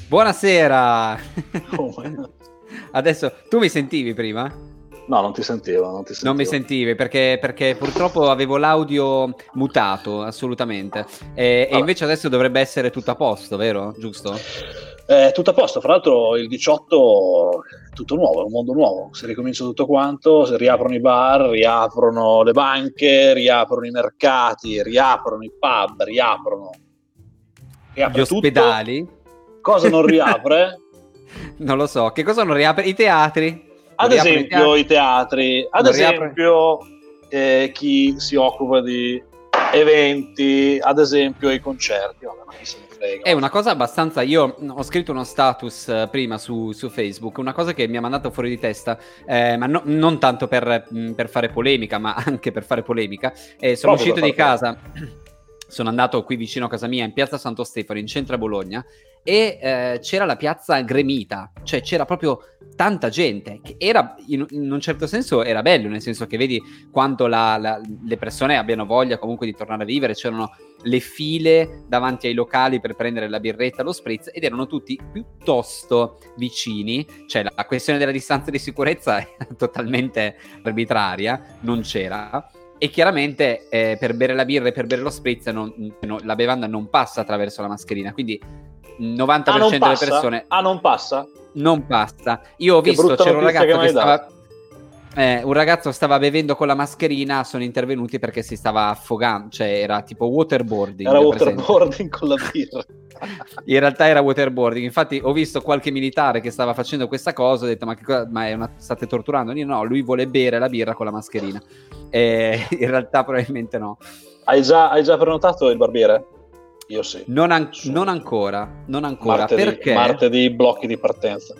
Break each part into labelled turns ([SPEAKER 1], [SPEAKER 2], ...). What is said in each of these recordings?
[SPEAKER 1] Buonasera.
[SPEAKER 2] Come?
[SPEAKER 1] Adesso tu mi sentivi prima?
[SPEAKER 2] No, non ti sentivo.
[SPEAKER 1] Non mi sentivi perché purtroppo avevo l'audio mutato, assolutamente. E invece adesso dovrebbe essere tutto a posto, vero? Giusto?
[SPEAKER 2] Tutto a posto, fra l'altro il 18 è tutto nuovo, è un mondo nuovo, si ricomincia tutto quanto, si riaprono i bar, riaprono le banche, riaprono i mercati, riaprono i pub, riapre
[SPEAKER 1] Gli ospedali.
[SPEAKER 2] Tutto. Cosa non riapre?
[SPEAKER 1] Non lo so, che cosa non riapre? I teatri?
[SPEAKER 2] Ad esempio i teatri, ad esempio chi si occupa di eventi, ad esempio i concerti. Vabbè, ma chi se ne frega.
[SPEAKER 1] È una cosa abbastanza. Io ho scritto uno status prima su Facebook, una cosa che mi ha mandato fuori di testa, ma non tanto per fare polemica, ma anche per fare polemica. Sono uscito di casa, sono andato qui vicino a casa mia, in piazza Santo Stefano, in centro a Bologna, e c'era la piazza gremita, cioè c'era proprio tanta gente, che era in un certo senso era bello, nel senso che vedi quanto le persone abbiano voglia comunque di tornare a vivere. C'erano le file davanti ai locali per prendere la birretta, lo spritz, ed erano tutti piuttosto vicini. Cioè la questione della distanza di sicurezza è totalmente arbitraria, non c'era. E chiaramente per bere la birra e per bere lo spritz la bevanda non passa attraverso la mascherina, quindi 90% delle persone...
[SPEAKER 2] non passa?
[SPEAKER 1] Non passa. Io ho visto, c'era un ragazzo che stava... un ragazzo stava bevendo con la mascherina, sono intervenuti perché si stava affogando, cioè era tipo waterboarding.
[SPEAKER 2] Era waterboarding con la birra.
[SPEAKER 1] In realtà era waterboarding. Infatti ho visto qualche militare che stava facendo questa cosa, ho detto state torturando? No, lui vuole bere la birra con la mascherina. In realtà probabilmente no.
[SPEAKER 2] Hai già prenotato il barbiere? Io sì.
[SPEAKER 1] Non ancora. Perché?
[SPEAKER 2] Martedì blocchi di partenza.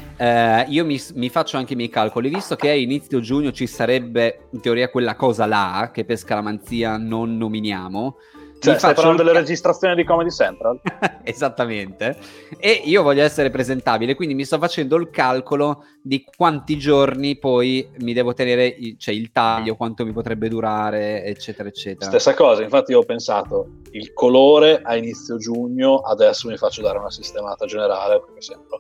[SPEAKER 1] Io mi faccio anche i miei calcoli, visto che a inizio giugno ci sarebbe in teoria quella cosa là che per scaramanzia non nominiamo.
[SPEAKER 2] Cioè, stai parlando delle registrazioni di Comedy Central?
[SPEAKER 1] Esattamente. E io voglio essere presentabile, quindi mi sto facendo il calcolo di quanti giorni poi mi devo tenere, cioè il taglio, quanto mi potrebbe durare, eccetera, eccetera.
[SPEAKER 2] Stessa cosa, infatti io ho pensato, il colore a inizio giugno, adesso mi faccio dare una sistemata generale, perché sembro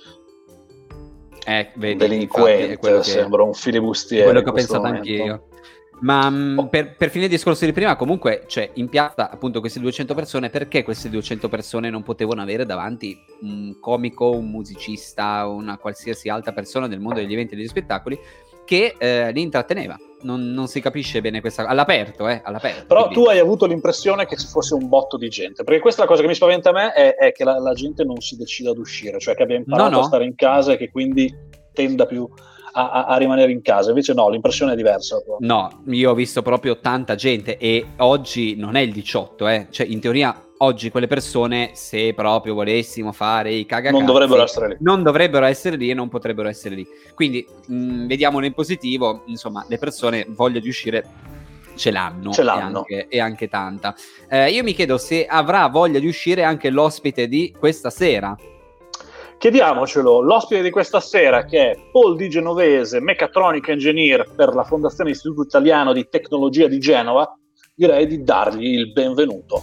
[SPEAKER 1] vedi,
[SPEAKER 2] delinquente,
[SPEAKER 1] infatti,
[SPEAKER 2] sembra un filibustiere.
[SPEAKER 1] Quello che ho pensato anch'io. Ma per finire il discorso di prima, comunque, cioè, in piazza appunto queste 200 persone, perché queste 200 persone non potevano avere davanti un comico, un musicista, una qualsiasi altra persona del mondo degli eventi e degli spettacoli che li intratteneva? Non si capisce bene questa cosa, all'aperto.
[SPEAKER 2] Però
[SPEAKER 1] quindi...
[SPEAKER 2] tu hai avuto l'impressione che ci fosse un botto di gente, perché questa è la cosa che mi spaventa a me, è che la gente non si decida ad uscire, cioè che abbia imparato a stare in casa e che quindi tenda più a rimanere in casa. Invece no, l'impressione è diversa.
[SPEAKER 1] No, io ho visto proprio tanta gente, e oggi non è il 18, cioè in teoria oggi quelle persone, se proprio volessimo fare i cagacazzi, non dovrebbero essere lì e non potrebbero essere lì. Quindi vediamo nel positivo, insomma, le persone voglia di uscire ce l'hanno. E anche tanta. Io mi chiedo se avrà voglia di uscire anche l'ospite di questa sera.
[SPEAKER 2] Chiediamocelo, l'ospite di questa sera, che è Paul Di Genovese, Mechatronic Engineer per la Fondazione Istituto Italiano di Tecnologia di Genova, direi di dargli il benvenuto.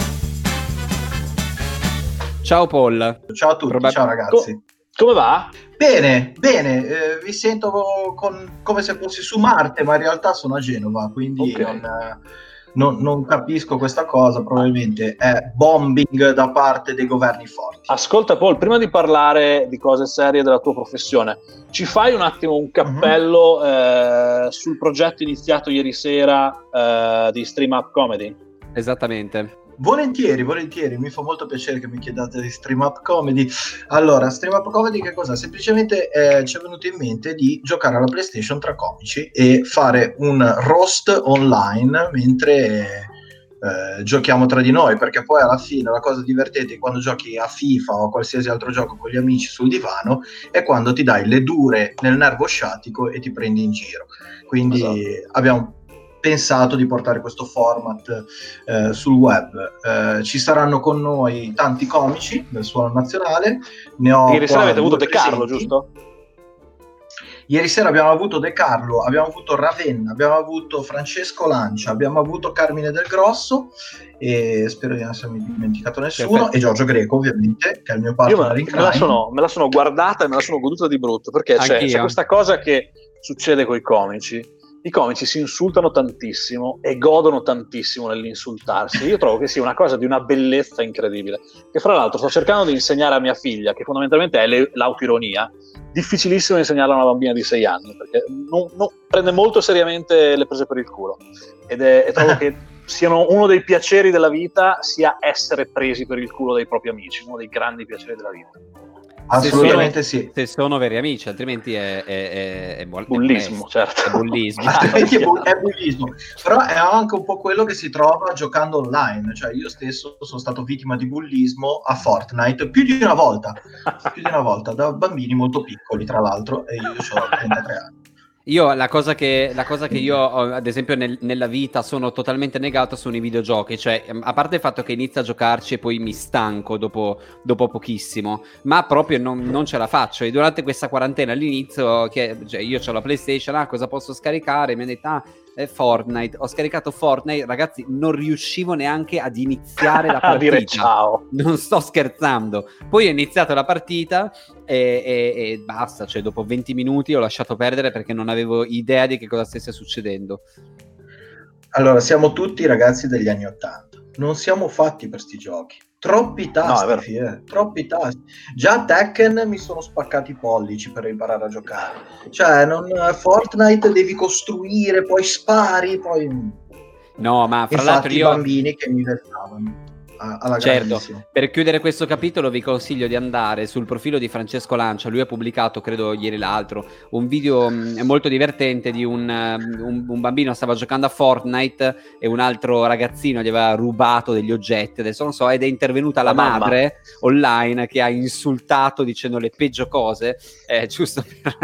[SPEAKER 1] Ciao Paul.
[SPEAKER 3] Ciao a tutti, ciao ragazzi.
[SPEAKER 2] Come va?
[SPEAKER 3] Bene, vi sento come se fossi su Marte, ma in realtà sono a Genova, quindi non capisco questa cosa. Probabilmente è bombing da parte dei governi forti.
[SPEAKER 2] Ascolta Paul, prima di parlare di cose serie della tua professione, ci fai un attimo un cappello sul progetto iniziato ieri sera di Stream Up Comedy?
[SPEAKER 1] Esattamente.
[SPEAKER 3] Volentieri, mi fa molto piacere che mi chiedate di Stream Up Comedy. Allora, Stream Up Comedy che cosa? Semplicemente ci è venuto in mente di giocare alla PlayStation tra comici e fare un roast online mentre giochiamo tra di noi, perché poi alla fine la cosa divertente quando giochi a FIFA o a qualsiasi altro gioco con gli amici sul divano è quando ti dai le dure nel nervo sciatico e ti prendi in giro. Quindi abbiamo pensato di portare questo format sul web. Ci saranno con noi tanti comici del suono nazionale. Ieri
[SPEAKER 2] sera avete avuto De Carlo, giusto?
[SPEAKER 3] Ieri sera abbiamo avuto De Carlo, abbiamo avuto Ravenna, abbiamo avuto Francesco Lancia, abbiamo avuto Carmine Del Grosso, e spero di non essermi dimenticato nessuno. Perfetto. E Giorgio Greco, ovviamente, che è il mio partner in crime.
[SPEAKER 2] Me la sono guardata e me la sono goduta di brutto, perché c'è questa cosa che succede coi comici. I comici si insultano tantissimo e godono tantissimo nell'insultarsi. Io trovo che sia una cosa di una bellezza incredibile, che fra l'altro sto cercando di insegnare a mia figlia, che fondamentalmente è l'autoironia. Difficilissimo insegnarla a una bambina di 6 anni, perché non prende molto seriamente le prese per il culo, e trovo che siano uno dei piaceri della vita sia essere presi per il culo dai propri amici, uno dei grandi piaceri della vita.
[SPEAKER 3] Assolutamente sì.
[SPEAKER 1] Se sono veri amici, altrimenti è
[SPEAKER 2] bullismo, certo.
[SPEAKER 1] È bullismo.
[SPEAKER 3] Altrimenti è bullismo. Però è anche un po' quello che si trova giocando online. Cioè, io stesso sono stato vittima di bullismo a Fortnite più di una volta, da bambini molto piccoli, tra l'altro, e io ho 33 anni.
[SPEAKER 1] Io la cosa che io ho, ad esempio nella vita sono totalmente negato sono i videogiochi, cioè a parte il fatto che inizio a giocarci e poi mi stanco dopo pochissimo, ma proprio non ce la faccio. E durante questa quarantena all'inizio, cioè io ho la PlayStation, cosa posso scaricare? Mi hanno detto Fortnite, ho scaricato Fortnite, ragazzi, non riuscivo neanche ad iniziare la partita.
[SPEAKER 2] Dire ciao.
[SPEAKER 1] Non sto scherzando. Poi ho iniziato la partita e basta, cioè dopo 20 minuti ho lasciato perdere perché non avevo idea di che cosa stesse succedendo.
[SPEAKER 3] Allora, siamo tutti ragazzi degli anni '80, non siamo fatti per sti giochi. Troppi tasti, troppi tasti. Già a Tekken mi sono spaccati i pollici per imparare a giocare. Cioè, Fortnite devi costruire, poi spari, poi...
[SPEAKER 1] No, ma fra
[SPEAKER 3] infatti,
[SPEAKER 1] l'altro io...
[SPEAKER 3] i bambini che mi versavano.
[SPEAKER 1] Certo, per chiudere questo capitolo vi consiglio di andare sul profilo di Francesco Lancia. Lui ha pubblicato, credo ieri l'altro, un video molto divertente di un bambino stava giocando a Fortnite e un altro ragazzino gli aveva rubato degli oggetti, adesso non so, ed è intervenuta la madre online che ha insultato dicendo le peggio cose, giusto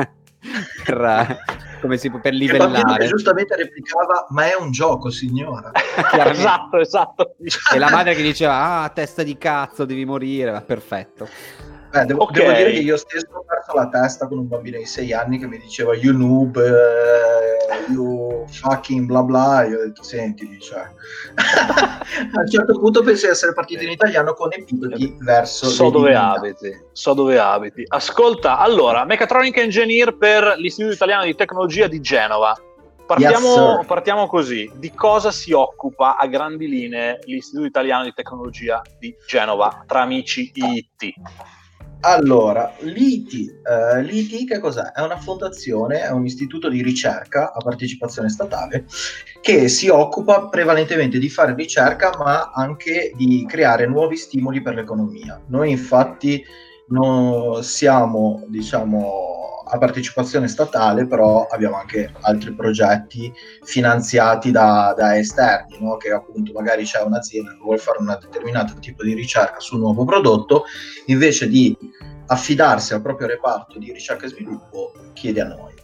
[SPEAKER 1] per livellare.
[SPEAKER 3] Che giustamente replicava: ma è un gioco, signora.
[SPEAKER 2] esatto.
[SPEAKER 1] E la madre che diceva: testa di cazzo, devi morire. Perfetto.
[SPEAKER 3] Devo dire che io stesso ho perso la testa con un bambino di 6 anni che mi diceva you noob, you fucking bla bla. Io ho detto: senti, cioè. A un certo punto penso di essere partito in italiano con epitodi verso
[SPEAKER 2] so dove abiti. Ascolta, allora, Mechatronic Engineer per l'Istituto Italiano di Tecnologia di Genova. Partiamo così. Di cosa si occupa a grandi linee l'Istituto Italiano di Tecnologia di Genova tra amici IT?
[SPEAKER 3] Allora, l'IT che cos'è? È una fondazione, è un istituto di ricerca a partecipazione statale che si occupa prevalentemente di fare ricerca, ma anche di creare nuovi stimoli per l'economia. Noi infatti non siamo, a partecipazione statale, però abbiamo anche altri progetti finanziati da esterni, no? Che appunto magari c'è un'azienda che vuole fare un determinato tipo di ricerca sul nuovo prodotto, invece di affidarsi al proprio reparto di ricerca e sviluppo chiede a noi.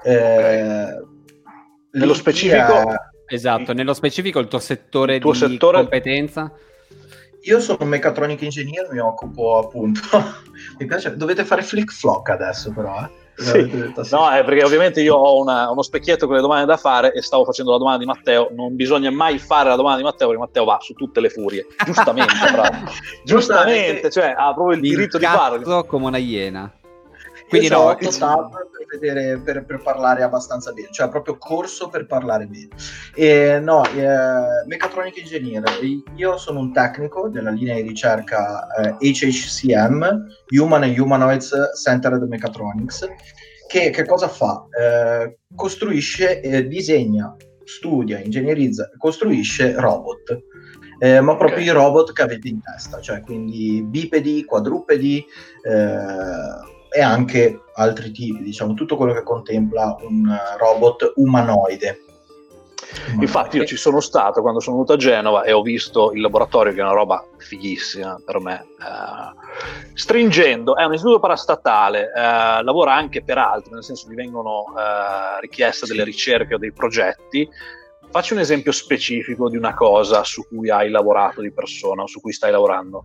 [SPEAKER 2] Nello specifico,
[SPEAKER 1] esatto, nello specifico il tuo settore di competenza?
[SPEAKER 3] Io sono un mechatronic engineer, mi occupo appunto mi piace, dovete fare flick flock adesso però
[SPEAKER 2] sì. No, perché ovviamente io ho uno specchietto con le domande da fare e stavo facendo la domanda di Matteo. Non bisogna mai fare la domanda di Matteo perché Matteo va su tutte le furie, giustamente, giustamente, cioè ha proprio il diritto di farlo
[SPEAKER 1] come una iena.
[SPEAKER 3] Quindi no, 8 tab per vedere, per parlare abbastanza bene, cioè proprio corso per parlare bene. Mechatronic Engineer, io sono un tecnico della linea di ricerca HHCM, Human and Humanoids Centered Mechatronics, che cosa fa? Costruisce, disegna, studia, ingegnerizza, costruisce robot. Ma proprio i robot che avete in testa, cioè quindi bipedi, quadrupedi, e anche altri tipi, tutto quello che contempla un robot umanoide.
[SPEAKER 2] Infatti io ci sono stato quando sono venuto a Genova e ho visto il laboratorio, che è una roba fighissima per me. Stringendo, è un istituto parastatale, lavora anche per altri, nel senso che vengono richieste delle ricerche o dei progetti. Facci un esempio specifico di una cosa su cui hai lavorato di persona o su cui stai lavorando.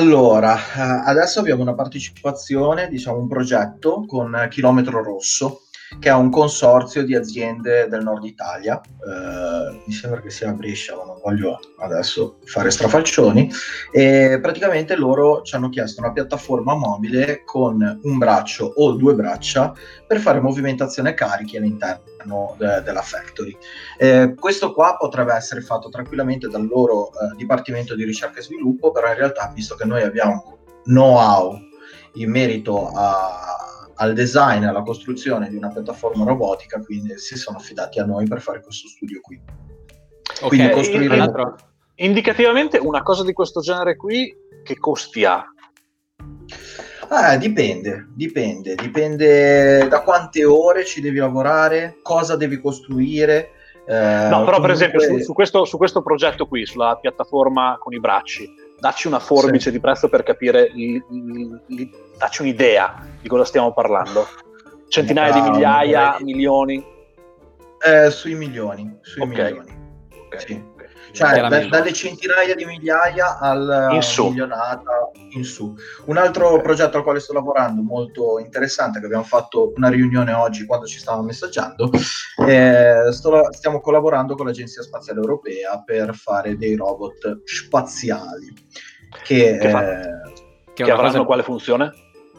[SPEAKER 3] Allora, adesso abbiamo una partecipazione, un progetto con Chilometro Rosso, che è un consorzio di aziende del nord Italia, mi sembra che sia a Brescia, ma non voglio adesso fare strafalcioni, e praticamente loro ci hanno chiesto una piattaforma mobile con un braccio o 2 braccia per fare movimentazione carichi all'interno della factory. Questo qua potrebbe essere fatto tranquillamente dal loro dipartimento di ricerca e sviluppo, però in realtà, visto che noi abbiamo know-how in merito al design e alla costruzione di una piattaforma robotica, quindi si sono affidati a noi per fare questo studio qui. Quindi costruiremo
[SPEAKER 2] indicativamente una cosa di questo genere qui, che costi ha?
[SPEAKER 3] Dipende da quante ore ci devi lavorare, cosa devi costruire.
[SPEAKER 2] No, però per esempio su questo progetto qui, sulla piattaforma con i bracci, dacci una forbice di prezzo per capire, dacci un'idea di cosa stiamo parlando. Centinaia di migliaia, milioni? Sui
[SPEAKER 3] milioni.
[SPEAKER 2] Okay.
[SPEAKER 3] Sì. Cioè dalle centinaia di migliaia al milionata in su. Un altro progetto al quale sto lavorando, molto interessante, che abbiamo fatto una riunione oggi quando ci stavamo messaggiando, stiamo collaborando con l'Agenzia Spaziale Europea per fare dei robot spaziali che
[SPEAKER 2] avranno quale funzione?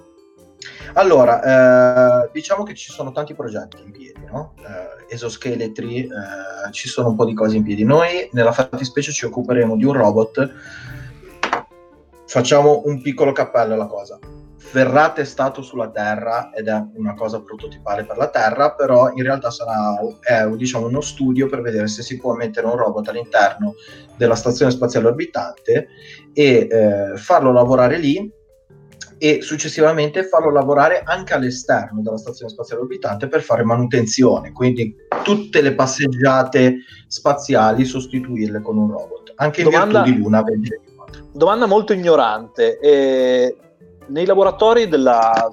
[SPEAKER 3] Allora, diciamo che ci sono tanti progetti in piedi, no? Esoscheletri, ci sono un po' di cose in piedi. Noi nella fattispecie ci occuperemo di un robot, facciamo un piccolo cappello alla cosa, verrà testato sulla Terra ed è una cosa prototipale per la Terra, però in realtà sarà diciamo uno studio per vedere se si può mettere un robot all'interno della stazione spaziale orbitante e farlo lavorare lì, e successivamente farlo lavorare anche all'esterno della stazione spaziale orbitante per fare manutenzione, quindi tutte le passeggiate spaziali sostituirle con un robot, anche in virtù di Luna 2024.
[SPEAKER 2] Domanda molto ignorante, nei laboratori della...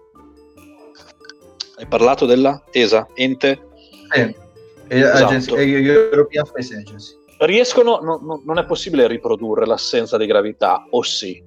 [SPEAKER 2] Hai parlato della ESA, ente?
[SPEAKER 3] Esatto. European Space Agency.
[SPEAKER 2] Non è possibile riprodurre l'assenza di gravità, o sì?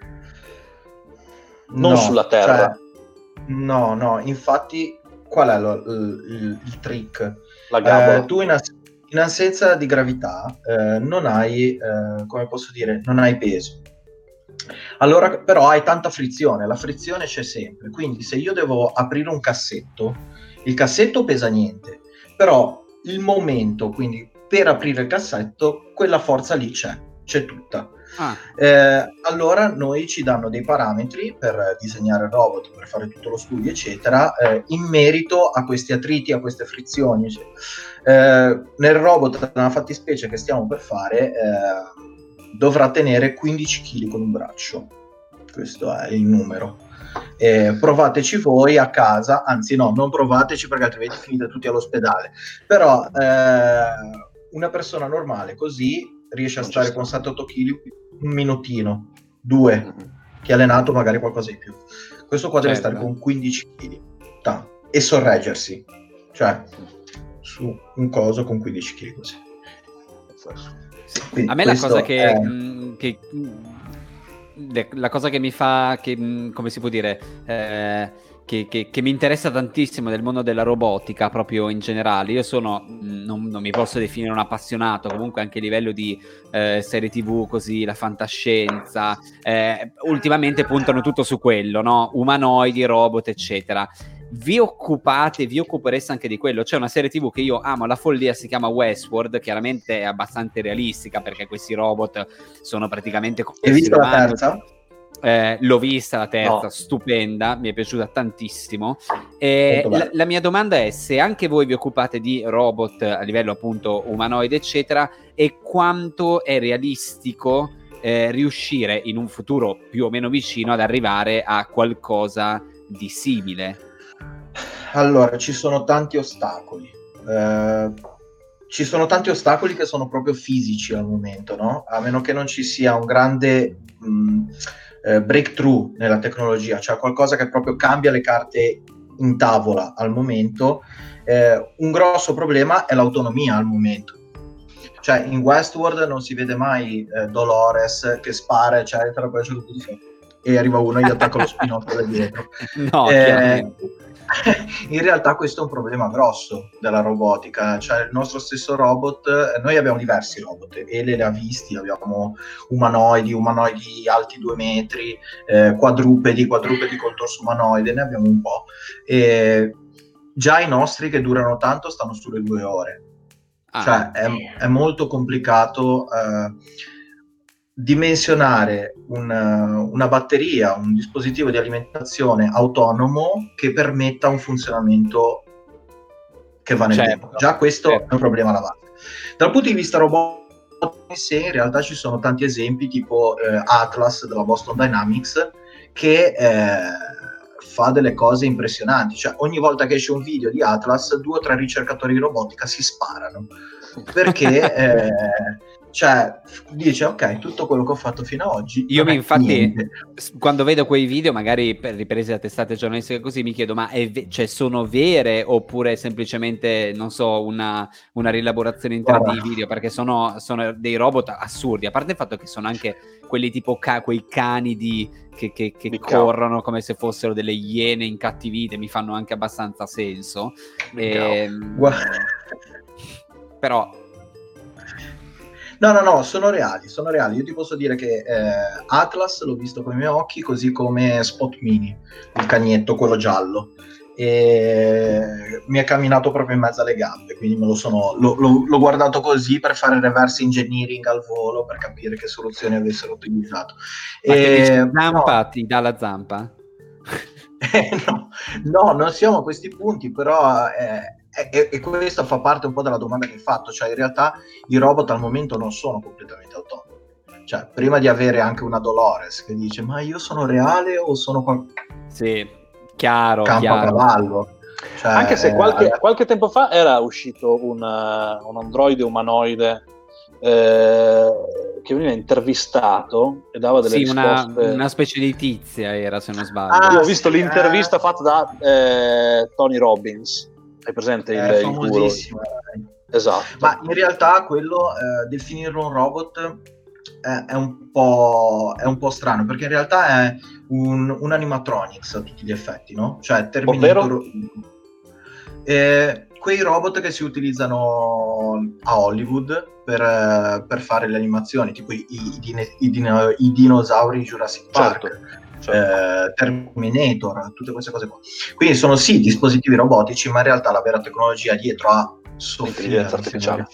[SPEAKER 2] Non sulla Terra.
[SPEAKER 3] Cioè, no, infatti qual è il trick?
[SPEAKER 2] La gabola.
[SPEAKER 3] Tu in assenza di gravità non hai, come posso dire, non hai peso. Allora però hai tanta frizione, la frizione c'è sempre, quindi se io devo aprire un cassetto, il cassetto pesa niente, però il momento, quindi per aprire il cassetto, quella forza lì c'è tutta. Allora noi ci danno dei parametri per disegnare il robot, per fare tutto lo studio eccetera, in merito a questi attriti, a queste frizioni, nel robot, nella fattispecie che stiamo per fare, dovrà tenere 15 kg con un braccio, questo è il numero. Provateci voi a casa, anzi no, non provateci perché altrimenti finite tutti all'ospedale, però una persona normale così riesce a stare con 7-8 kg un minutino, 2, chi è allenato magari qualcosa di più. Questo qua deve stare con 15 kg e sorreggersi, cioè su un coso con 15 kg così.
[SPEAKER 1] Quindi a me la cosa la cosa che mi fa, come si può dire, che mi interessa tantissimo del mondo della robotica proprio in generale. Io non mi posso definire un appassionato, comunque anche a livello di serie TV, così, la fantascienza, ultimamente puntano tutto su quello, no? Umanoidi, robot, eccetera. Vi occupereste anche di quello? C'è una serie TV che io amo alla follia, si chiama Westworld, chiaramente è abbastanza realistica perché questi robot sono praticamente...
[SPEAKER 3] Hai visto la terza?
[SPEAKER 1] L'ho vista la terza,
[SPEAKER 2] no.
[SPEAKER 1] Stupenda, mi è piaciuta tantissimo. La mia domanda è se anche voi vi occupate di robot a livello appunto umanoide eccetera, e quanto è realistico riuscire in un futuro più o meno vicino ad arrivare a qualcosa di simile.
[SPEAKER 3] Allora, ci sono tanti ostacoli. Ci sono tanti ostacoli che sono proprio fisici al momento, no? A meno che non ci sia un grande breakthrough nella tecnologia, cioè qualcosa che proprio cambia le carte in tavola al momento. Un grosso problema è l'autonomia al momento. Cioè in Westworld non si vede mai Dolores che spara eccetera, poi c'è e arriva uno e gli attacca lo spinotto da dietro.
[SPEAKER 1] No, chiaramente.
[SPEAKER 3] In realtà questo è un problema grosso della robotica, cioè il nostro stesso robot, noi abbiamo diversi robot, Ele li ha visti, abbiamo umanoidi alti 2 metri, quadrupedi col torso umanoide, ne abbiamo un po', e già i nostri che durano tanto stanno sulle 2 ore, cioè è molto complicato dimensionare una batteria, un dispositivo di alimentazione autonomo che permetta un funzionamento che va nel tempo. Già questo è un problema alla base. Dal punto di vista robotico in sé, in realtà ci sono tanti esempi, tipo Atlas della Boston Dynamics, che fa delle cose impressionanti. Cioè, ogni volta che esce un video di Atlas, 2 o 3 ricercatori di robotica si sparano, perché cioè dice ok, tutto quello che ho fatto fino ad oggi
[SPEAKER 1] infatti
[SPEAKER 3] niente.
[SPEAKER 1] Quando vedo quei video magari ripresi da testate giornalistiche così mi chiedo, ma cioè, sono vere oppure semplicemente, non so, una rielaborazione in 3D video, perché sono dei robot assurdi, a parte il fatto che sono anche quelli tipo quei cani che corrono come se fossero delle iene incattivite, mi fanno anche abbastanza senso. Però
[SPEAKER 3] No, sono reali. Io ti posso dire che Atlas l'ho visto con i miei occhi, così come Spot Mini, il cagnetto, quello giallo. E mi è camminato proprio in mezzo alle gambe, quindi l'ho guardato così per fare reverse engineering al volo, per capire che soluzioni avessero utilizzato.
[SPEAKER 1] Ti dà la zampa?
[SPEAKER 3] No, non siamo a questi punti, però e questo fa parte un po' della domanda che hai fatto, cioè in realtà i robot al momento non sono completamente autonomi, cioè prima di avere anche una Dolores che dice ma io sono reale o sono
[SPEAKER 1] sì, chiaro
[SPEAKER 3] a cavallo, cioè,
[SPEAKER 2] anche se qualche tempo fa era uscito un androide umanoide che veniva intervistato e dava delle risposte.
[SPEAKER 1] Una specie di tizia era, se non sbaglio.
[SPEAKER 2] Io ho visto l'intervista fatta da Tony Robbins. Hai presente il
[SPEAKER 3] famosissimo?
[SPEAKER 2] Esatto.
[SPEAKER 3] Ma in realtà quello, definirlo un robot è un po' strano, perché in realtà è un animatronics a tutti gli effetti, no? Cioè Terminator, quei robot che si utilizzano a Hollywood per fare le animazioni, tipo i dinosauri in Jurassic Park. Certo. Terminator, tutte queste cose qua. Quindi sono sì dispositivi robotici, ma in realtà la vera tecnologia dietro a
[SPEAKER 2] l'intelligenza artificiale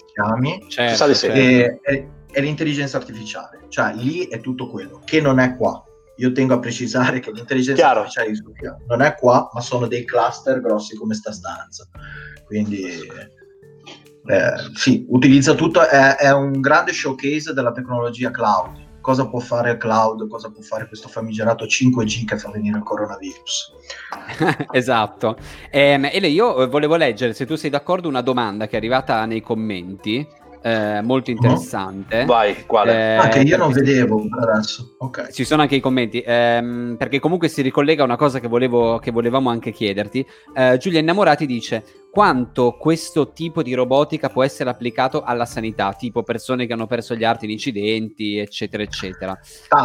[SPEAKER 3] è l'intelligenza artificiale, cioè lì è tutto quello che non è qua. Io tengo a precisare che l'intelligenza artificiale di Sofia non è qua, ma sono dei cluster grossi come sta stanza, quindi sì, utilizza tutto, è un grande showcase della tecnologia cloud. Cosa può fare il cloud, cosa può fare questo famigerato 5G che fa venire il coronavirus.
[SPEAKER 1] Esatto. Ele, io volevo leggere, se tu sei d'accordo, una domanda che è arrivata nei commenti, molto interessante.
[SPEAKER 2] Vai, quale?
[SPEAKER 3] Che io non vedevo adesso. Okay.
[SPEAKER 1] Ci sono anche i commenti, perché comunque si ricollega a una cosa che volevamo anche chiederti. Giulia Innamorati dice: quanto questo tipo di robotica può essere applicato alla sanità, tipo persone che hanno perso gli arti in incidenti, eccetera, eccetera.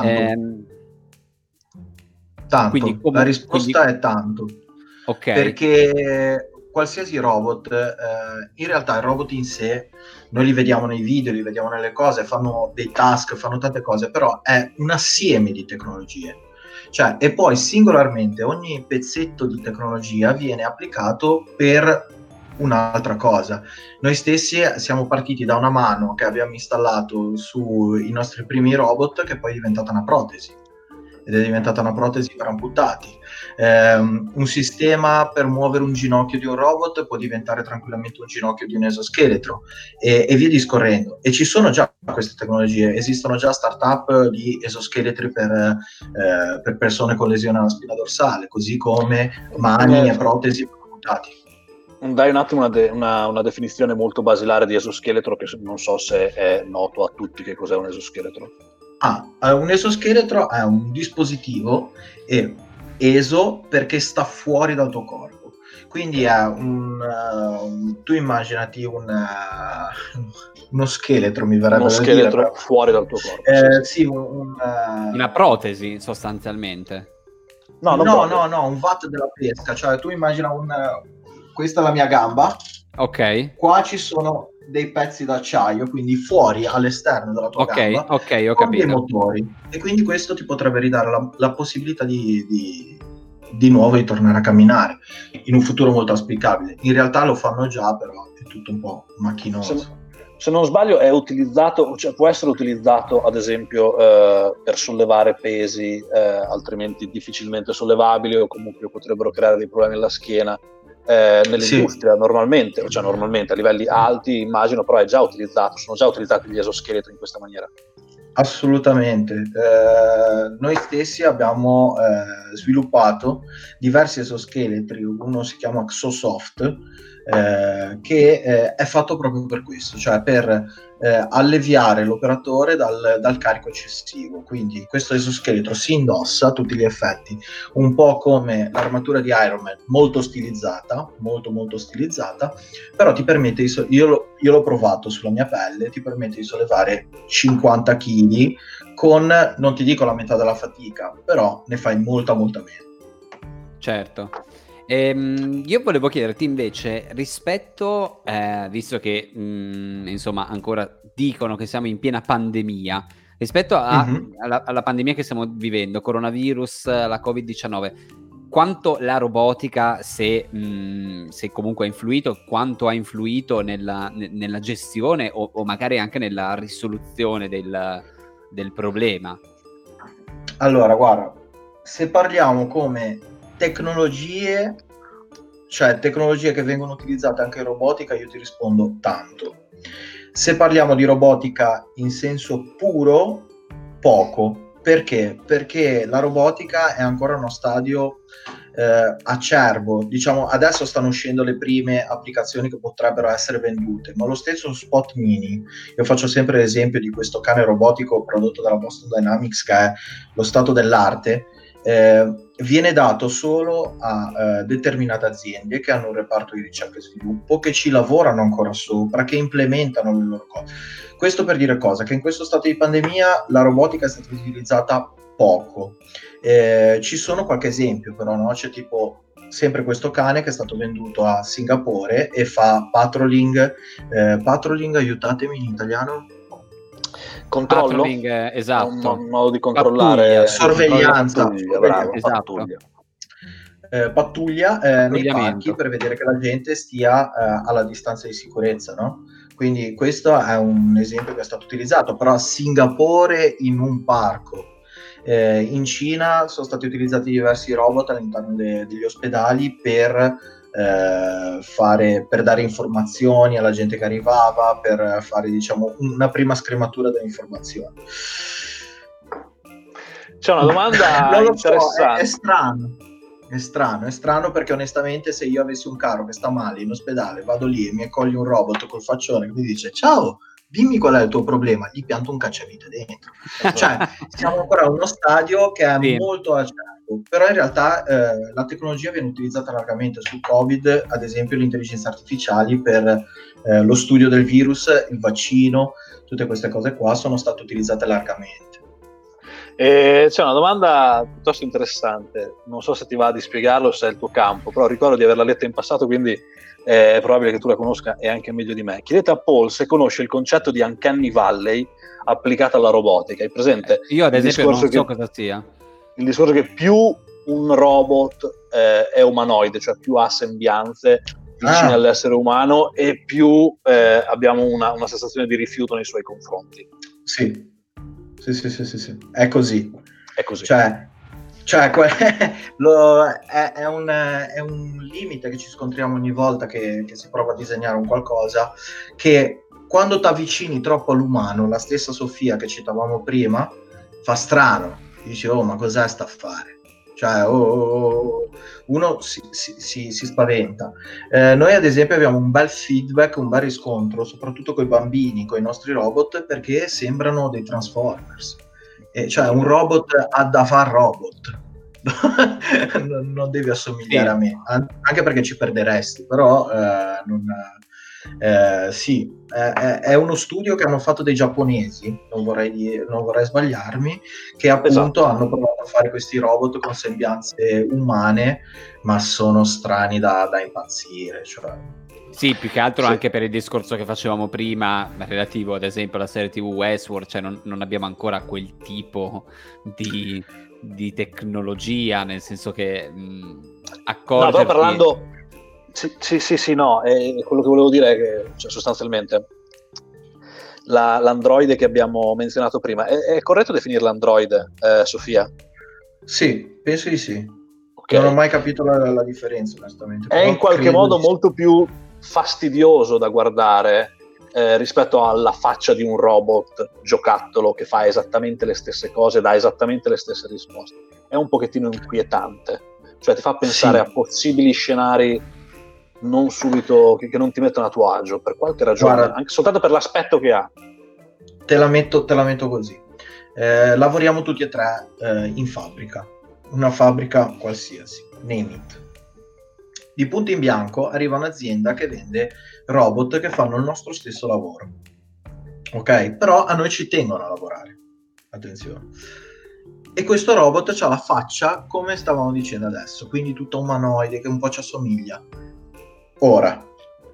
[SPEAKER 3] Tanto. Quindi, la risposta è tanto.
[SPEAKER 1] Ok.
[SPEAKER 3] Perché qualsiasi robot, in realtà il robot in sé, noi li vediamo nei video, li vediamo nelle cose, fanno dei task, fanno tante cose, però è un assieme di tecnologie. Cioè, e poi singolarmente ogni pezzetto di tecnologia viene applicato per un'altra cosa. Noi stessi siamo partiti da una mano che abbiamo installato sui nostri primi robot, che poi è diventata una protesi. Ed è diventata una protesi per amputati. Un sistema per muovere un ginocchio di un robot può diventare tranquillamente un ginocchio di un esoscheletro e via discorrendo. E ci sono già queste tecnologie, esistono già start-up di esoscheletri per persone con lesione alla spina dorsale, così come mani e protesi per amputati.
[SPEAKER 2] Dai un attimo una definizione molto basilare di esoscheletro, che non so se è noto a tutti che cos'è un esoscheletro.
[SPEAKER 3] Un esoscheletro è un dispositivo eso perché sta fuori dal tuo corpo, quindi è tu immaginati uno scheletro, mi verrebbe
[SPEAKER 2] uno
[SPEAKER 3] da
[SPEAKER 2] scheletro
[SPEAKER 3] dire,
[SPEAKER 2] fuori dal tuo corpo.
[SPEAKER 3] sì,
[SPEAKER 1] una protesi sostanzialmente.
[SPEAKER 3] No, un vat della pesca, cioè tu immagina questa è la mia gamba,
[SPEAKER 1] ok,
[SPEAKER 3] qua ci sono dei pezzi d'acciaio, quindi fuori all'esterno della tua gamba,
[SPEAKER 1] ok, ho
[SPEAKER 3] con dei
[SPEAKER 1] capito.
[SPEAKER 3] motori, e quindi questo ti potrebbe ridare la possibilità di nuovo di tornare a camminare in un futuro molto auspicabile. In realtà lo fanno già, però è tutto un po' macchinoso.
[SPEAKER 2] Se non sbaglio è utilizzato, cioè può essere utilizzato ad esempio per sollevare pesi altrimenti difficilmente sollevabili, o comunque potrebbero creare dei problemi alla schiena nell'industria. Sì. normalmente a livelli alti immagino, però è già utilizzato, sono già utilizzati gli esoscheletri in questa maniera.
[SPEAKER 3] Assolutamente, noi stessi abbiamo sviluppato diversi esoscheletri, uno si chiama Exosoft, che è fatto proprio per questo, cioè per alleviare l'operatore dal carico eccessivo. Quindi questo esoscheletro si indossa a tutti gli effetti, un po' come l'armatura di Iron Man, molto stilizzata, molto stilizzata, però ti permette io l'ho provato sulla mia pelle, ti permette di sollevare 50 kg con, non ti dico la metà della fatica, però ne fai molta meno.
[SPEAKER 1] Certo. Io volevo chiederti invece rispetto, visto che insomma ancora dicono che siamo in piena pandemia, rispetto alla pandemia che stiamo vivendo, coronavirus, la Covid-19, quanto la robotica, se comunque ha influito, quanto ha influito nella gestione o magari anche nella risoluzione del problema?
[SPEAKER 3] Allora, guarda, se parliamo come tecnologie, cioè tecnologie che vengono utilizzate anche in robotica, io ti rispondo tanto. Se parliamo di robotica in senso puro, poco. Perché? Perché la robotica è ancora uno stadio acerbo. Diciamo, adesso stanno uscendo le prime applicazioni che potrebbero essere vendute, ma lo stesso Spot Mini, io faccio sempre l'esempio di questo cane robotico prodotto dalla Boston Dynamics, che è lo stato dell'arte, viene dato solo a determinate aziende che hanno un reparto di ricerca e sviluppo, che ci lavorano ancora sopra, che implementano le loro cose. Questo per dire cosa? Che in questo stato di pandemia la robotica è stata utilizzata poco. Ci sono qualche esempio, però, no? C'è tipo sempre questo cane che è stato venduto a Singapore e fa patrolling, aiutatemi in italiano.
[SPEAKER 2] Controllo,
[SPEAKER 1] esatto,
[SPEAKER 2] un modo di controllare,
[SPEAKER 3] sorveglianza,
[SPEAKER 2] bravo,
[SPEAKER 1] esatto.
[SPEAKER 3] Pattuglia nei parchi per vedere che la gente stia alla distanza di sicurezza, no? Quindi questo è un esempio che è stato utilizzato, però a Singapore in un parco. In Cina sono stati utilizzati diversi robot all'interno degli ospedali per dare informazioni alla gente che arrivava, per fare, diciamo, una prima scrematura delle informazioni.
[SPEAKER 2] C'è una domanda interessante.
[SPEAKER 3] È strano perché onestamente, se io avessi un caro che sta male in ospedale, vado lì e mi accoglie un robot col faccione che mi dice ciao, dimmi qual è il tuo problema, gli pianto un cacciavite dentro. Cioè, siamo ancora a uno stadio che è molto acerbo, però in realtà la tecnologia viene utilizzata largamente sul Covid, ad esempio le intelligenze artificiali per lo studio del virus, il vaccino, tutte queste cose qua sono state utilizzate largamente.
[SPEAKER 2] C'è una domanda piuttosto interessante, non so se ti va di spiegarlo, se è il tuo campo, però ricordo di averla letta in passato, quindi è probabile che tu la conosca e anche meglio di me. Chiedete a Paul se conosce il concetto di Uncanny Valley applicato alla robotica. Hai presente?
[SPEAKER 1] Io ad esempio non so cosa sia.
[SPEAKER 2] Il discorso che più un robot è umanoide, cioè più ha sembianze vicine all'essere umano e più abbiamo una sensazione di rifiuto nei suoi confronti.
[SPEAKER 3] Sì. È così. Cioè è un limite che ci scontriamo ogni volta che si prova a disegnare un qualcosa, che quando ti avvicini troppo all'umano, la stessa Sofia che citavamo prima, fa strano. Dici, ma cos'è sta a fare? Cioè, uno si spaventa. Noi ad esempio abbiamo un bel feedback, un bel riscontro, soprattutto con i bambini, con i nostri robot, perché sembrano dei Transformers. Cioè un robot ha da far robot. non devi assomigliare a me, anche perché ci perderesti, però sì, è uno studio che hanno fatto dei giapponesi, non vorrei sbagliarmi, che appunto hanno provato a fare questi robot con sembianze umane, ma sono strani da impazzire, cioè.
[SPEAKER 1] Sì, più che altro anche per il discorso che facevamo prima, relativo ad esempio alla serie TV Westworld, cioè non abbiamo ancora quel tipo di tecnologia, nel senso che accorgerti...
[SPEAKER 2] No, però parlando... Sì, no, quello che volevo dire è che, cioè, sostanzialmente l'androide che abbiamo menzionato prima, è corretto definirla androide, Sofia?
[SPEAKER 3] Sì, penso di sì.
[SPEAKER 2] Okay.
[SPEAKER 3] Non ho mai capito la differenza, onestamente.
[SPEAKER 2] È in qualche modo molto più fastidioso da guardare rispetto alla faccia di un robot giocattolo che fa esattamente le stesse cose, dà esattamente le stesse risposte. È un pochettino inquietante, cioè ti fa pensare a possibili scenari non subito, che non ti mettono a tuo agio per qualche ragione. Guarda, anche soltanto per l'aspetto che ha.
[SPEAKER 3] Te la metto così. Lavoriamo tutti e tre in fabbrica, una fabbrica qualsiasi, name it. Di punto in bianco arriva un'azienda che vende robot che fanno il nostro stesso lavoro, ok? Però a noi ci tengono a lavorare, attenzione. E questo robot ha la faccia come stavamo dicendo adesso, quindi tutta umanoide che un po' ci assomiglia. Ora,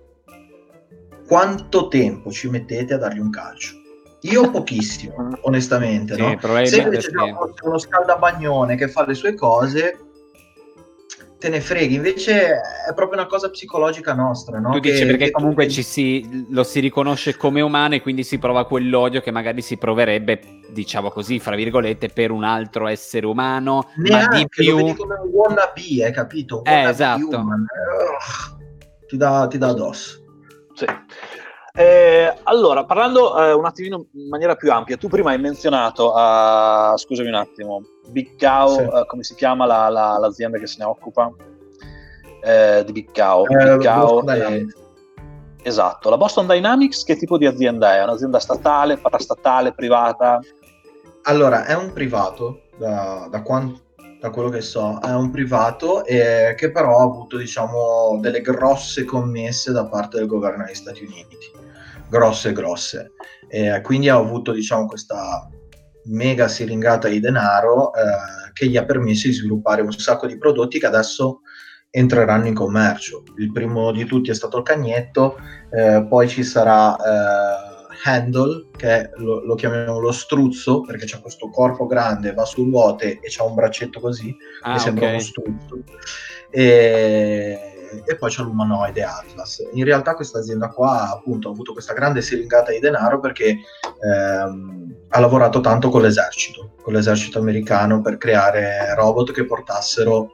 [SPEAKER 3] quanto tempo ci mettete a dargli un calcio? Io pochissimo, onestamente, sì, no? Se invece fosse uno scaldabagnone che fa le sue cose, te ne freghi. Invece è proprio una cosa psicologica nostra, no?
[SPEAKER 1] Tu dici perché comunque lo si riconosce come umano e quindi si prova quell'odio che magari si proverebbe, diciamo così, fra virgolette, per un altro essere umano,
[SPEAKER 3] neanche,
[SPEAKER 1] ma di più...
[SPEAKER 3] lo vedi come un wannabe, hai capito? Wannabe
[SPEAKER 1] esatto.
[SPEAKER 3] Human. Ti dà addosso.
[SPEAKER 2] Sì. Allora, parlando un attimino in maniera più ampia, tu prima hai menzionato, scusami un attimo, Big Cow, sì. Come si chiama l'azienda che se ne occupa di Big Cow? Big Cow esatto, la Boston Dynamics che tipo di azienda è? Un'azienda statale, parastatale, privata?
[SPEAKER 3] Allora, è un privato, da quello che so, è un privato che però ha avuto, diciamo, delle grosse commesse da parte del governo degli Stati Uniti, grosse, quindi ha avuto, diciamo, questa mega siringata di denaro che gli ha permesso di sviluppare un sacco di prodotti che adesso entreranno in commercio. Il primo di tutti è stato il cagnetto, poi ci sarà Handle, che lo chiamiamo lo struzzo perché c'ha questo corpo grande, va su ruote e c'ha un braccetto così, che sembra uno struzzo, e poi c'è l'umanoide Atlas. In realtà questa azienda qua appunto ha avuto questa grande siringata di denaro perché ha lavorato tanto con l'esercito americano per creare robot che portassero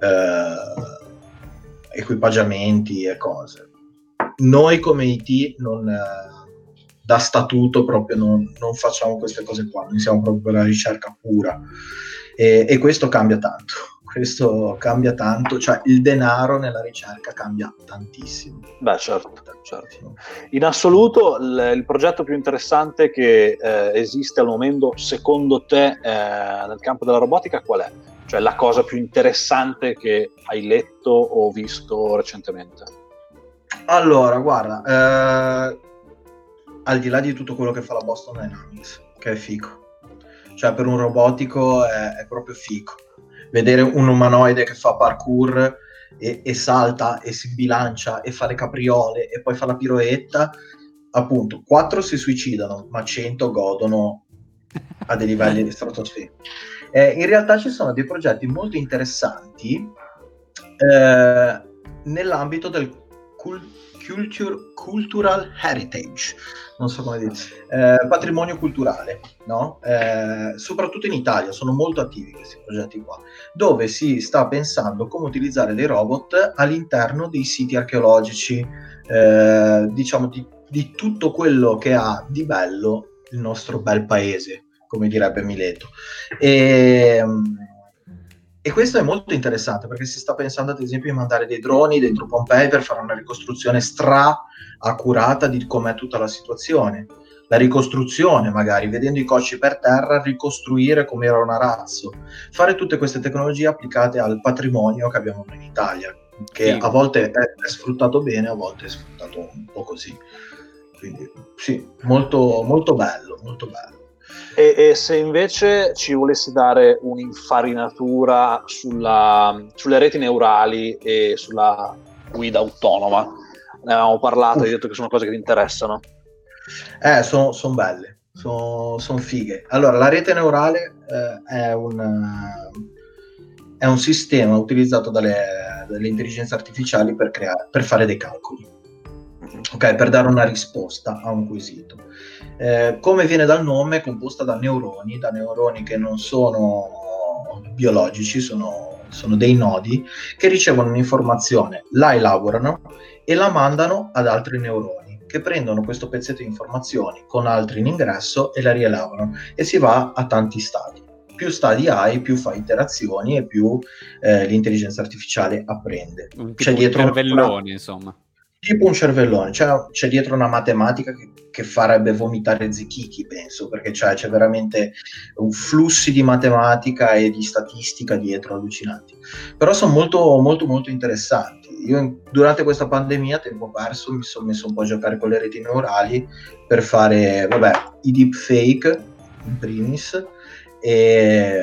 [SPEAKER 3] equipaggiamenti e cose. Noi come IT da statuto proprio non facciamo queste cose qua, noi siamo proprio per la ricerca pura e questo cambia tanto, cioè il denaro nella ricerca cambia tantissimo.
[SPEAKER 2] Beh, certo. In assoluto il progetto più interessante che esiste al momento secondo te nel campo della robotica qual è? Cioè la cosa più interessante che hai letto o visto recentemente?
[SPEAKER 3] Allora, guarda, al di là di tutto quello che fa la Boston Dynamics, che è fico, cioè per un robotico è proprio fico. Vedere un umanoide che fa parkour e salta e si bilancia e fa le capriole e poi fa la piroetta, appunto, 4 si suicidano, ma 100 godono a dei livelli di stratosfera. In realtà ci sono dei progetti molto interessanti nell'ambito del cultural heritage, non so come dire, patrimonio culturale, no? Soprattutto in Italia sono molto attivi questi progetti qua, dove si sta pensando come utilizzare dei robot all'interno dei siti archeologici, diciamo di tutto quello che ha di bello il nostro bel paese, come direbbe Mileto. E questo è molto interessante perché si sta pensando ad esempio di mandare dei droni dentro Pompei per fare una ricostruzione accurata di com'è tutta la situazione. la ricostruzione, magari vedendo i cocci per terra, ricostruire come era un arazzo, fare tutte queste tecnologie applicate al patrimonio che abbiamo in Italia, che a volte è sfruttato bene, a volte è sfruttato un po' così. Quindi sì, molto, molto bello, molto bello.
[SPEAKER 2] E se invece ci volessi dare un'infarinatura sulle reti neurali e sulla guida autonoma, ne avevamo parlato, hai detto che sono cose che ti interessano.
[SPEAKER 3] Sono belle, sono fighe. Allora, la rete neurale è un sistema utilizzato dalle intelligenze artificiali per fare dei calcoli, ok, per dare una risposta a un quesito. Come viene dal nome, è composta da neuroni che non sono biologici, sono dei nodi che ricevono un'informazione, la elaborano e la mandano ad altri neuroni che prendono questo pezzetto di informazioni con altri in ingresso e la rielaborano, e si va a tanti stadi. Più stadi hai, più fai iterazioni e più l'intelligenza artificiale apprende.
[SPEAKER 1] C'è dietro un cervellone, insomma.
[SPEAKER 3] Tipo un cervellone, c'è dietro una matematica che farebbe vomitare Zichichi, penso, perché c'è veramente un flusso di matematica e di statistica dietro allucinanti. Però sono molto, molto, molto interessanti. Io durante questa pandemia, a tempo perso, mi sono messo un po' a giocare con le reti neurali per fare, i deepfake, in primis, e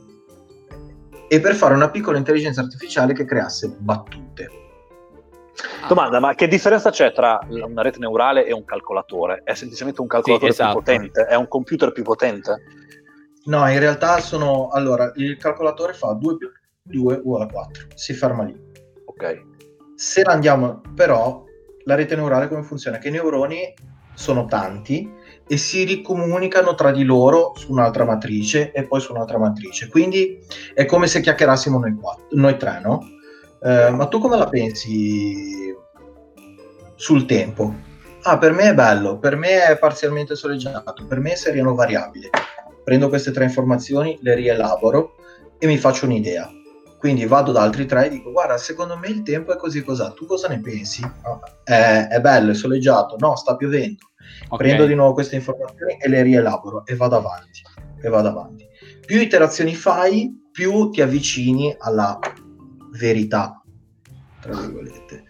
[SPEAKER 3] per fare una piccola intelligenza artificiale che creasse battute.
[SPEAKER 2] Domanda, ma che differenza c'è tra una rete neurale e un calcolatore? È semplicemente un calcolatore più potente? È un computer più potente?
[SPEAKER 3] No, in realtà il calcolatore fa 2 più 2 uguale a 4, si ferma lì.
[SPEAKER 2] Ok.
[SPEAKER 3] Se andiamo, però, la rete neurale come funziona? Che i neuroni sono tanti e si ricomunicano tra di loro su un'altra matrice e poi su un'altra matrice. Quindi è come se chiacchierassimo noi tre, no? Ma tu come la pensi sul tempo? Per me è bello, per me è parzialmente soleggiato, per me seriano variabili. Prendo queste 3 informazioni, le rielaboro e mi faccio un'idea. Quindi vado da altri 3 e dico: guarda, secondo me il tempo è così e così, tu cosa ne pensi? È bello, è soleggiato, no, sta piovendo. Okay. Prendo di nuovo queste informazioni e le rielaboro e vado avanti. Più iterazioni fai, più ti avvicini alla verità, tra virgolette.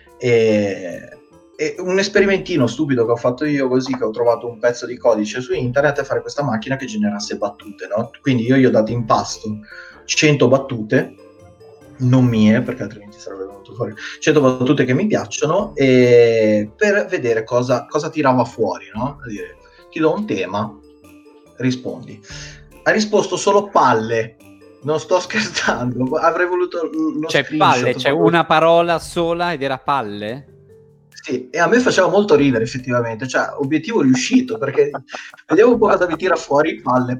[SPEAKER 3] E un esperimentino stupido che ho fatto io, così, che ho trovato un pezzo di codice su internet, è fare questa macchina che generasse battute, no? Quindi io gli ho dato in pasto 100 battute, non mie, perché altrimenti sarebbe venuto fuori 100 battute che mi piacciono, e per vedere cosa tirava fuori, no? A dire, ti do un tema, rispondi. Ha risposto solo palle. Non sto scherzando, avrei voluto
[SPEAKER 1] palle, c'è una parola sola ed era palle?
[SPEAKER 3] Sì, e a me faceva molto ridere effettivamente, obiettivo riuscito, perché vediamo un po' cosa mi tira fuori, palle,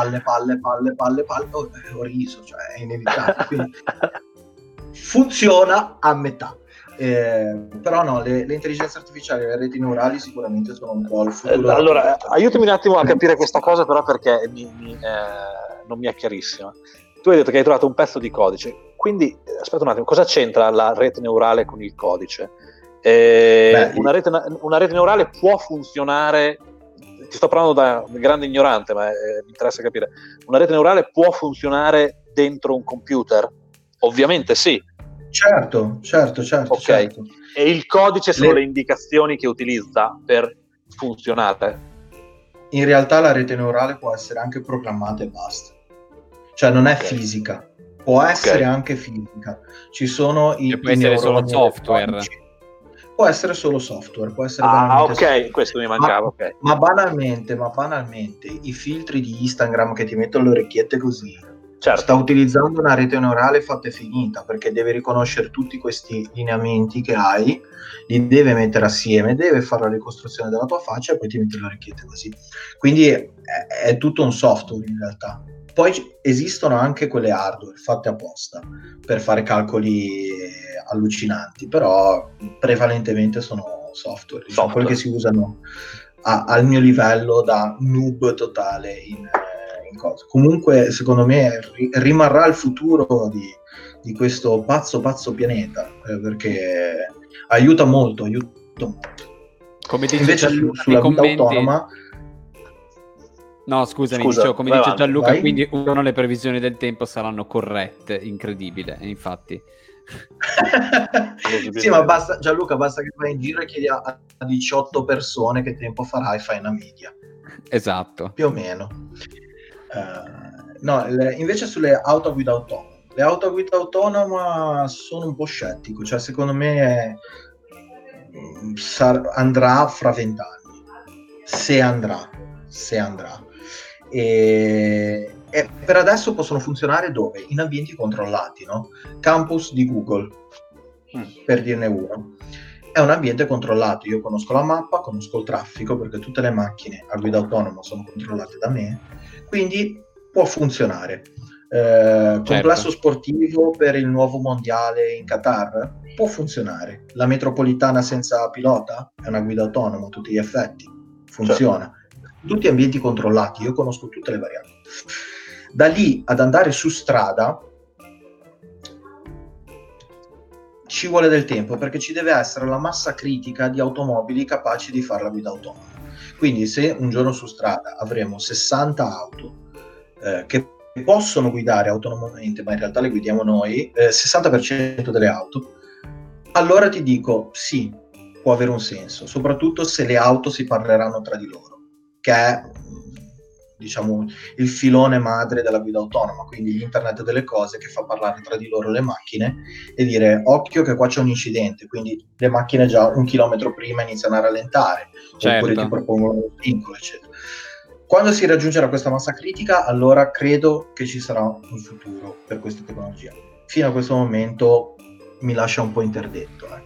[SPEAKER 3] ho riso, è inevitabile, quindi funziona a metà. Però no, le intelligenze artificiali e le reti neurali sicuramente sono un po' il futuro.
[SPEAKER 2] Allora, aiutami un attimo a capire questa cosa, però, perché non mi è chiarissima. Tu hai detto che hai trovato un pezzo di codice, quindi aspetta un attimo, cosa c'entra la rete neurale con il codice? Una rete neurale può funzionare, ti sto parlando da grande ignorante, ma mi interessa capire, una rete neurale può funzionare dentro un computer? Ovviamente sì.
[SPEAKER 3] Certo.
[SPEAKER 2] Okay. Certo. E il codice sono le indicazioni che utilizza per funzionare?
[SPEAKER 3] In realtà la rete neurale può essere anche programmata e basta. Non è fisica, può essere anche fisica. Ci sono
[SPEAKER 1] può essere solo software.
[SPEAKER 3] Può essere solo software, può essere
[SPEAKER 2] software. Questo mi mancava.
[SPEAKER 3] Ma banalmente i filtri di Instagram che ti mettono le orecchiette così, certo, sta utilizzando una rete neurale fatta e finita, perché deve riconoscere tutti questi lineamenti che hai, li deve mettere assieme, deve fare la ricostruzione della tua faccia e poi ti mette le orecchiette così. Quindi è tutto un software in realtà. Poi esistono anche quelle hardware fatte apposta per fare calcoli allucinanti, però prevalentemente sono software. Quelli che si usano al mio livello da noob totale in cosa. Comunque secondo me rimarrà il futuro di questo pazzo pianeta, perché aiuta molto.
[SPEAKER 1] Come dice
[SPEAKER 3] Invece
[SPEAKER 1] Gianluca
[SPEAKER 3] sulla
[SPEAKER 1] nei
[SPEAKER 3] guida
[SPEAKER 1] commenti...
[SPEAKER 3] autonoma...
[SPEAKER 1] No, scusami,
[SPEAKER 2] Scusa,
[SPEAKER 1] dicevo, come
[SPEAKER 2] vai
[SPEAKER 1] dice
[SPEAKER 2] avanti,
[SPEAKER 1] Gianluca,
[SPEAKER 3] vai.
[SPEAKER 1] quindi uno le previsioni del tempo saranno corrette, incredibile, e infatti.
[SPEAKER 3] Sì, ma basta, Gianluca, basta che vai in giro e chiedi a 18 persone che tempo farai, fai una media.
[SPEAKER 1] Esatto.
[SPEAKER 3] Più o meno. No, invece sulle auto a guida autonoma. Le auto a guida autonoma sono un po' scettico, cioè secondo me andrà fra 20 anni. Se andrà. E per adesso possono funzionare dove? In ambienti controllati, no? Campus di Google, per dirne uno. È un ambiente controllato, io conosco la mappa, conosco il traffico, perché tutte le macchine a guida autonoma sono controllate da me, quindi può funzionare. Complesso sportivo per il nuovo mondiale in Qatar può funzionare. La metropolitana senza pilota è una guida autonoma a tutti gli effetti, funziona. Certo. Tutti ambienti controllati, io conosco tutte le variabili. Da lì ad andare su strada ci vuole del tempo, perché ci deve essere la massa critica di automobili capaci di fare la guida autonoma. Quindi se un giorno su strada avremo 60 auto che possono guidare autonomamente, ma in realtà le guidiamo noi, 60% delle auto, allora ti dico sì, può avere un senso, soprattutto se le auto si parleranno tra di loro, che è, diciamo, il filone madre della guida autonoma, quindi l'internet delle cose che fa parlare tra di loro le macchine e dire occhio che qua c'è un incidente, quindi le macchine già 1 chilometro prima iniziano a rallentare, certo, oppure ti propongono un vincolo, eccetera. Quando si raggiungerà questa massa critica, allora credo che ci sarà un futuro per questa tecnologia. Fino a questo momento mi lascia un po' interdetto, ecco.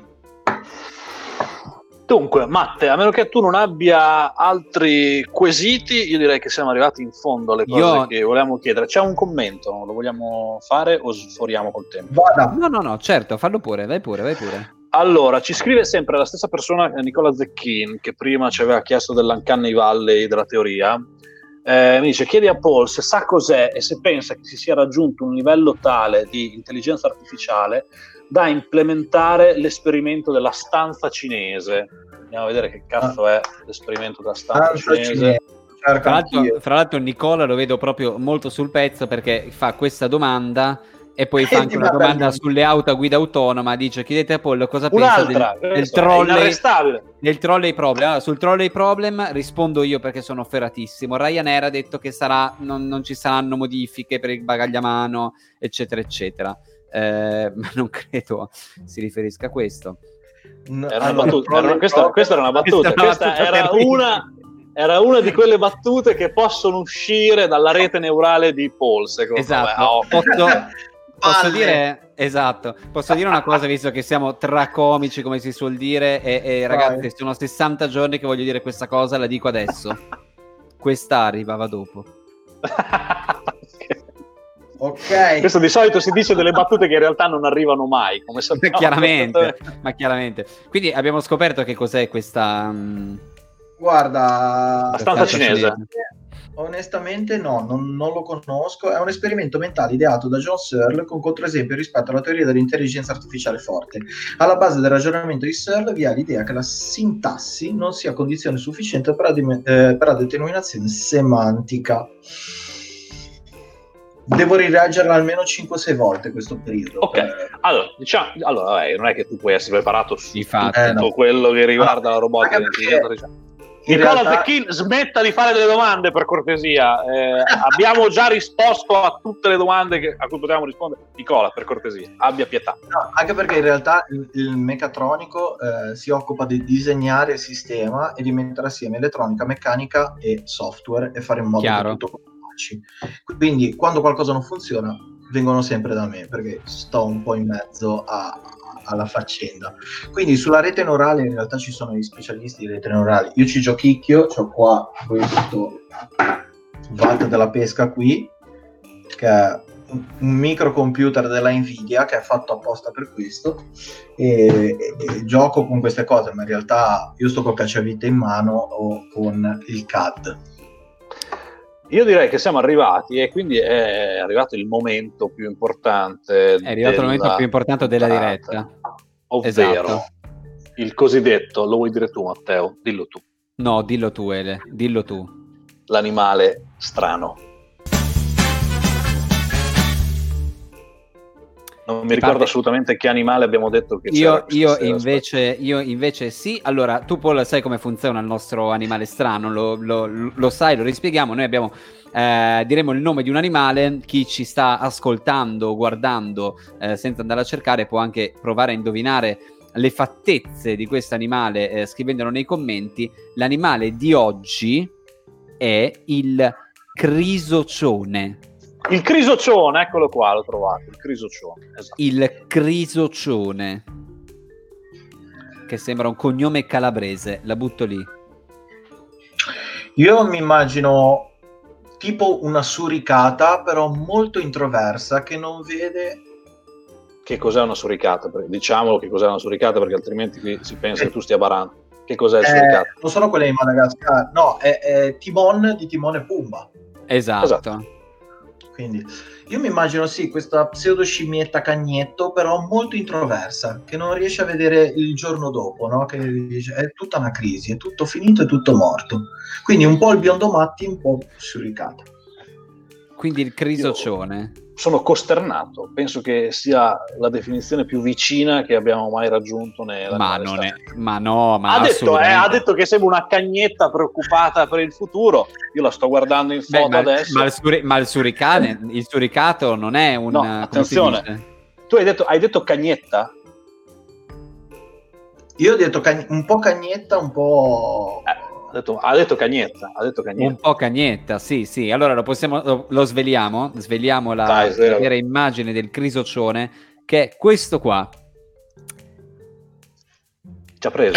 [SPEAKER 2] Dunque, Matte, a meno che tu non abbia altri quesiti, io direi che siamo arrivati in fondo alle cose che volevamo chiedere. C'è un commento, lo vogliamo fare o sforiamo col tempo?
[SPEAKER 3] Vada.
[SPEAKER 1] No, certo, fallo pure, vai pure.
[SPEAKER 2] Allora, ci scrive sempre la stessa persona, Nicola Zecchin, che prima ci aveva chiesto dell'Uncanny Valley, della teoria. Mi dice, chiedi a Paul se sa cos'è e se pensa che si sia raggiunto un livello tale di intelligenza artificiale da implementare l'esperimento della stanza cinese. Andiamo a vedere che cazzo è l'esperimento della stanza cinese.
[SPEAKER 1] Fra l'altro Nicola lo vedo proprio molto sul pezzo, perché fa questa domanda e poi fa anche una domanda sulle auto a guida autonoma. Dice, chiedete a Paul cosa pensa del trolley problem. Allora, sul trolley problem rispondo io perché sono ferratissimo. Ryanair ha detto che non ci saranno modifiche per il bagaglio a mano, eccetera eccetera, ma non credo si riferisca a questo.
[SPEAKER 2] Questa era una battuta. Era una di quelle battute che possono uscire dalla rete neurale di Paul, secondo
[SPEAKER 1] me. Posso dire una cosa, visto che siamo tra comici, come si suol dire, e ragazzi, sono 60 giorni che voglio dire questa cosa, la dico adesso. Questa arrivava dopo.
[SPEAKER 3] Ok.
[SPEAKER 2] Questo di solito si dice delle battute che in realtà non arrivano mai, come sappiamo.
[SPEAKER 1] Chiaramente. Quindi abbiamo scoperto che cos'è questa...
[SPEAKER 3] Guarda,
[SPEAKER 2] la stanza cinese.
[SPEAKER 3] Onestamente no, non lo conosco. È un esperimento mentale ideato da John Searle con controesempio rispetto alla teoria dell'intelligenza artificiale forte. Alla base del ragionamento di Searle vi è l'idea che la sintassi non sia condizione sufficiente per la determinazione semantica. Devo rileggerla almeno 5-6 volte questo periodo.
[SPEAKER 2] Ok, allora, non è che tu puoi essere preparato su tutto quello che riguarda la robotica dell'intelligenza artificiale. Nicola Zecchin, smetta di fare delle domande, per cortesia. Abbiamo già risposto a tutte le domande a cui potevamo rispondere. Nicola, per cortesia, abbia pietà.
[SPEAKER 3] No, anche perché in realtà il meccatronico si occupa di disegnare il sistema e di mettere assieme elettronica, meccanica e software e fare in modo che tutto funzioni. Quindi quando qualcosa non funziona vengono sempre da me, perché sto un po' in mezzo alla faccenda. Quindi sulla rete neurale in realtà ci sono gli specialisti di rete neurali. Io ci giochicchio, c'ho qua questo watt della pesca qui, che è un microcomputer della Nvidia che è fatto apposta per questo, e gioco con queste cose, ma in realtà io sto col cacciavite in mano o con il CAD.
[SPEAKER 2] Io direi che siamo arrivati, e quindi è arrivato il momento più importante.
[SPEAKER 1] È arrivato il momento più importante della diretta.
[SPEAKER 2] Ovvero Il cosiddetto, lo vuoi dire tu, Matteo? Dillo tu.
[SPEAKER 1] No, dillo tu, Ele, dillo tu.
[SPEAKER 2] L'animale strano. Non mi ricordo assolutamente che animale abbiamo detto che c'era.
[SPEAKER 1] Io invece sì. Allora, tu Paul sai come funziona il nostro animale strano, lo sai, lo rispieghiamo. Noi abbiamo, diremo il nome di un animale. Chi ci sta ascoltando o guardando senza andare a cercare può anche provare a indovinare le fattezze di questo animale scrivendolo nei commenti. L'animale di oggi è il crisocione.
[SPEAKER 2] Il crisocione, eccolo qua, l'ho trovato, il crisocione. Esatto.
[SPEAKER 1] Il crisocione, che sembra un cognome calabrese, la butto lì.
[SPEAKER 3] Io mi immagino tipo una suricata, però molto introversa, che non vede...
[SPEAKER 2] Che cos'è una suricata? Diciamolo che cos'è una suricata, perché altrimenti qui si pensa che tu stia barando. Che cos'è il suricato?
[SPEAKER 3] Non sono quelle di Madagascar, no, è Timon di Timone e Pumba.
[SPEAKER 1] Esatto.
[SPEAKER 3] Quindi io mi immagino sì, questa pseudo scimmietta cagnetto, però molto introversa, che non riesce a vedere il giorno dopo, no? Che dice, è tutta una crisi, è tutto finito, è tutto morto. Quindi un po' il biondo Matti, un po' suricata.
[SPEAKER 1] Quindi il crisocione.
[SPEAKER 2] Sono costernato, penso che sia la definizione più vicina che abbiamo mai raggiunto
[SPEAKER 1] ma
[SPEAKER 2] ha detto che sembra una cagnetta preoccupata per il futuro. Io la sto guardando in foto adesso.
[SPEAKER 1] Ma il suricane, il suricato non è un...
[SPEAKER 2] No, attenzione, tu hai detto cagnetta?
[SPEAKER 3] Io ho detto un po' cagnetta, un po'...
[SPEAKER 2] Ha detto cagnetta.
[SPEAKER 1] Un po' cagnetta, sì. Allora lo sveliamo la vera immagine del crisocione, che è questo qua.
[SPEAKER 2] Ci ha preso.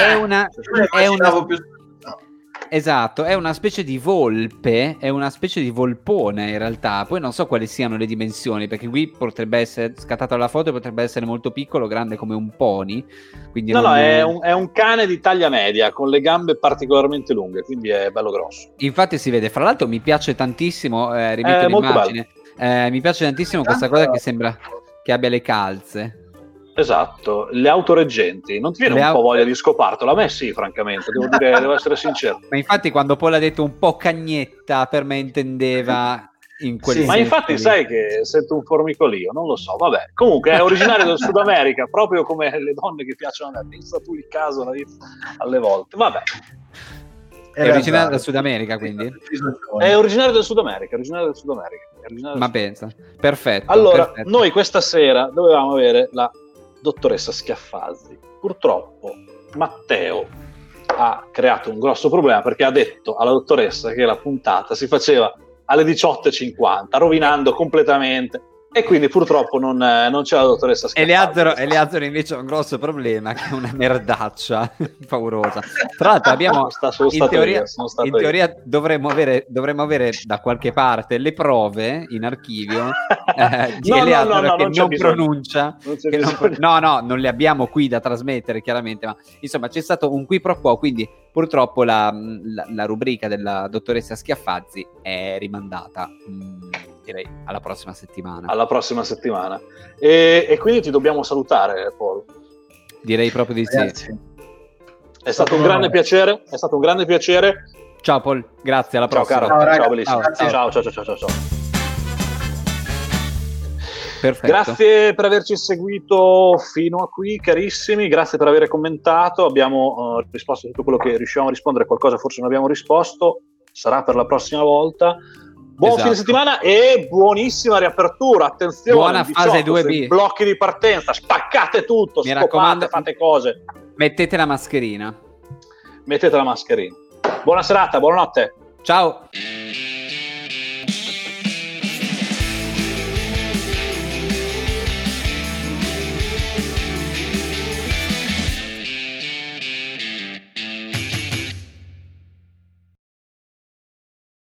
[SPEAKER 1] Esatto, è una specie di volpe, è una specie di volpone in realtà. Poi non so quali siano le dimensioni, perché qui potrebbe essere scattata la foto, potrebbe essere molto piccolo, grande come un pony. Quindi
[SPEAKER 2] è un cane di taglia media con le gambe particolarmente lunghe, quindi è bello grosso.
[SPEAKER 1] Infatti si vede. Fra l'altro mi piace tantissimo, rimetto l'immagine, mi piace tantissimo questa cosa che sembra che abbia le calze.
[SPEAKER 2] Esatto, le autoreggenti. Non ti viene un po' voglia di scopartelo? A me sì, francamente, devo essere sincero.
[SPEAKER 1] Ma infatti quando Paul ha detto un po' cagnetta, per me intendeva in quel senso.
[SPEAKER 2] Ma infatti lì. Sai che sento un formicolio, non lo so, vabbè. Comunque è originario del Sud America, proprio come le donne che piacciono a me. Pensa tu il caso alle volte, vabbè.
[SPEAKER 1] È originario del Sud America, quindi?
[SPEAKER 2] È originario del Sud America.
[SPEAKER 1] Ma pensa, perfetto.
[SPEAKER 2] Allora, noi questa sera dovevamo avere la dottoressa Schiaffazzi. Purtroppo Matteo ha creato un grosso problema, perché ha detto alla dottoressa che la puntata si faceva alle 18:50, rovinando completamente, e quindi purtroppo non c'è la dottoressa Schiaffazzi.
[SPEAKER 1] E Leazzaro invece ha un grosso problema, che è una merdaccia paurosa. Tra l'altro abbiamo in teoria dovremmo avere da qualche parte le prove in archivio di Eleazzaro che non pronuncia. Non le abbiamo qui da trasmettere chiaramente, ma insomma c'è stato un qui pro quo, quindi purtroppo la rubrica della dottoressa Schiaffazzi è rimandata. Direi alla prossima settimana.
[SPEAKER 2] E quindi ti dobbiamo salutare, Paul.
[SPEAKER 1] Direi proprio di sì.
[SPEAKER 3] Grazie.
[SPEAKER 2] È stato un grande piacere.
[SPEAKER 1] Ciao Paul, grazie, alla prossima.
[SPEAKER 2] Ciao caro.
[SPEAKER 3] Ciao,
[SPEAKER 2] bellissimo. Ciao.
[SPEAKER 1] Perfetto.
[SPEAKER 2] Grazie per averci seguito fino a qui, carissimi. Grazie per aver commentato. Abbiamo risposto a tutto quello che riusciamo a rispondere. Qualcosa forse non abbiamo risposto. Sarà per la prossima volta. Buon fine settimana e buonissima riapertura. Attenzione,
[SPEAKER 1] buona fase 2B.
[SPEAKER 2] Blocchi di partenza, spaccate tutto,
[SPEAKER 1] mi raccomando,
[SPEAKER 2] fate cose.
[SPEAKER 1] Mettete la mascherina.
[SPEAKER 2] Buona serata, buonanotte.
[SPEAKER 1] Ciao.